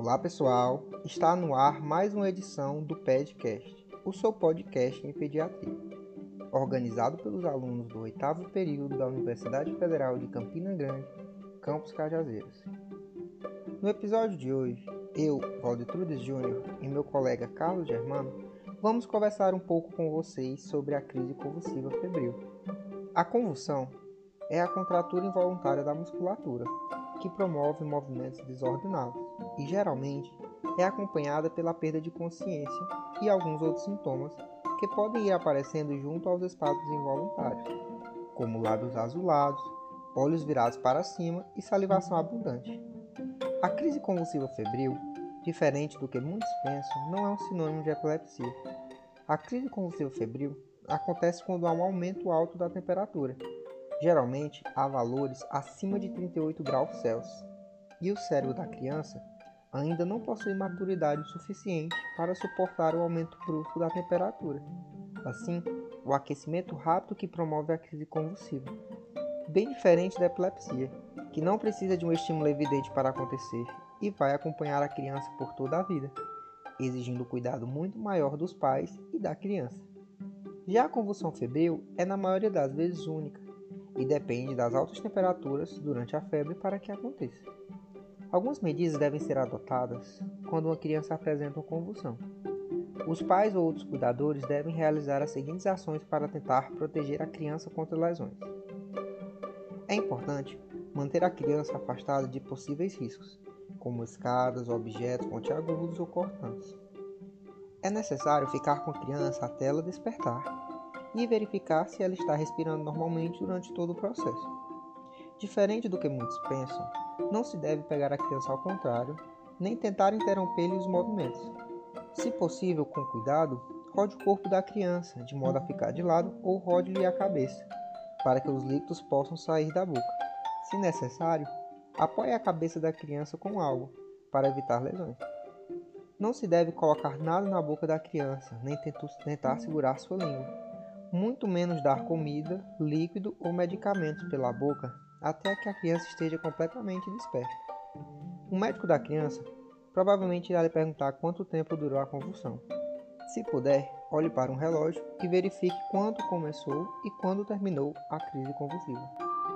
Olá pessoal, está no ar mais uma edição do PEDcast, o seu podcast em pediatria, organizado pelos alunos do 8º período da Universidade Federal de Campina Grande, Campus Cajazeiras. No episódio de hoje, eu, Valdetrudes Júnior, e meu colega Carlos Germano, vamos conversar um pouco com vocês sobre a crise convulsiva febril. A convulsão é a contratura involuntária da musculatura, que promove movimentos desordenados e geralmente é acompanhada pela perda de consciência e alguns outros sintomas que podem ir aparecendo junto aos espasmos involuntários, como lábios azulados, olhos virados para cima e salivação abundante. A crise convulsiva febril, diferente do que muitos pensam, não é um sinônimo de epilepsia. A crise convulsiva febril acontece quando há um aumento alto da temperatura, geralmente há valores acima de 38 graus Celsius, e o cérebro da criança ainda não possui maturidade suficiente para suportar o aumento brusco da temperatura. Assim, o aquecimento rápido que promove a crise convulsiva. Bem diferente da epilepsia, que não precisa de um estímulo evidente para acontecer e vai acompanhar a criança por toda a vida, exigindo cuidado muito maior dos pais e da criança. Já a convulsão febril é na maioria das vezes única e depende das altas temperaturas durante a febre para que aconteça. Algumas medidas devem ser adotadas quando uma criança apresenta uma convulsão. Os pais ou outros cuidadores devem realizar as seguintes ações para tentar proteger a criança contra lesões. É importante manter a criança afastada de possíveis riscos, como escadas, objetos pontiagudos ou cortantes. É necessário ficar com a criança até ela despertar e verificar se ela está respirando normalmente durante todo o processo. Diferente do que muitos pensam, não se deve pegar a criança ao contrário, nem tentar interromper-lhe os movimentos. Se possível, com cuidado, rode o corpo da criança, de modo a ficar de lado, ou rode-lhe a cabeça, para que os líquidos possam sair da boca. Se necessário, apoie a cabeça da criança com algo, para evitar lesões. Não se deve colocar nada na boca da criança, nem tentar segurar sua língua. Muito menos dar comida, líquido ou medicamentos pela boca até que a criança esteja completamente desperta. O médico da criança provavelmente irá lhe perguntar quanto tempo durou a convulsão. Se puder, olhe para um relógio e verifique quando começou e quando terminou a crise convulsiva.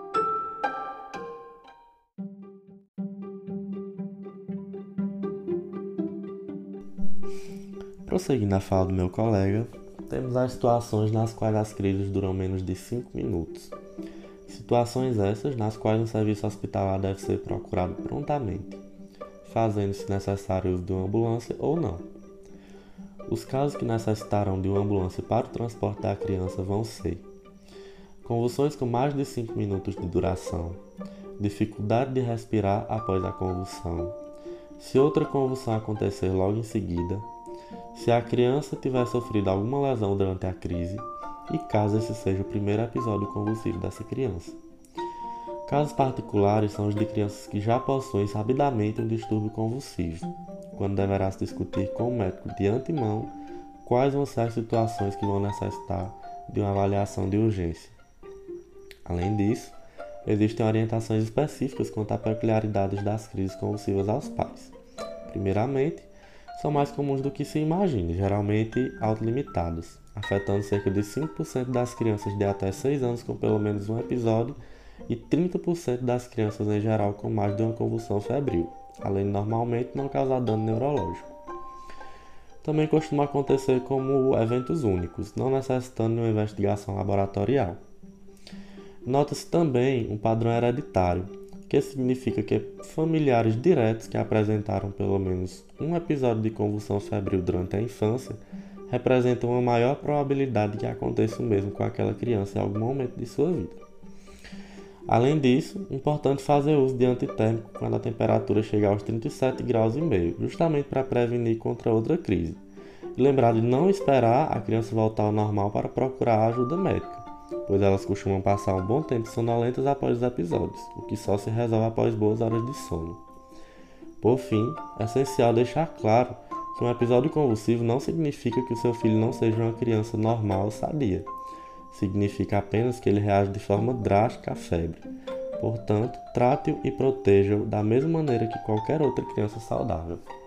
Prosseguindo a fala do meu colega, temos as situações nas quais as crises duram menos de 5 minutos. Situações essas nas quais um serviço hospitalar deve ser procurado prontamente, fazendo-se necessário o uso de uma ambulância ou não. Os casos que necessitarão de uma ambulância para o transporte da criança vão ser convulsões com mais de 5 minutos de duração, dificuldade de respirar após a convulsão, se outra convulsão acontecer logo em seguida, se a criança tiver sofrido alguma lesão durante a crise e caso esse seja o primeiro episódio convulsivo dessa criança. Casos particulares são os de crianças que já possuem sabidamente um distúrbio convulsivo, quando deverá se discutir com o médico de antemão quais vão ser as situações que vão necessitar de uma avaliação de urgência. Além disso, existem orientações específicas quanto a peculiaridades das crises convulsivas aos pais. Primeiramente, são mais comuns do que se imagina, geralmente autolimitadas, afetando cerca de 5% das crianças de até 6 anos com pelo menos um episódio e 30% das crianças em geral com mais de uma convulsão febril, além de normalmente não causar dano neurológico. Também costuma acontecer como eventos únicos, não necessitando de uma investigação laboratorial. Nota-se também um padrão hereditário, que significa que familiares diretos que apresentaram pelo menos um episódio de convulsão febril durante a infância representam uma maior probabilidade que aconteça o mesmo com aquela criança em algum momento de sua vida. Além disso, é importante fazer uso de antitérmico quando a temperatura chegar aos 37,5 graus, justamente para prevenir contra outra crise. E lembrar de não esperar a criança voltar ao normal para procurar ajuda médica, pois elas costumam passar um bom tempo sonolentas após os episódios, o que só se resolve após boas horas de sono. Por fim, é essencial deixar claro que um episódio convulsivo não significa que o seu filho não seja uma criança normal ou sadia. Significa apenas que ele reage de forma drástica à febre. Portanto, trate-o e proteja-o da mesma maneira que qualquer outra criança saudável.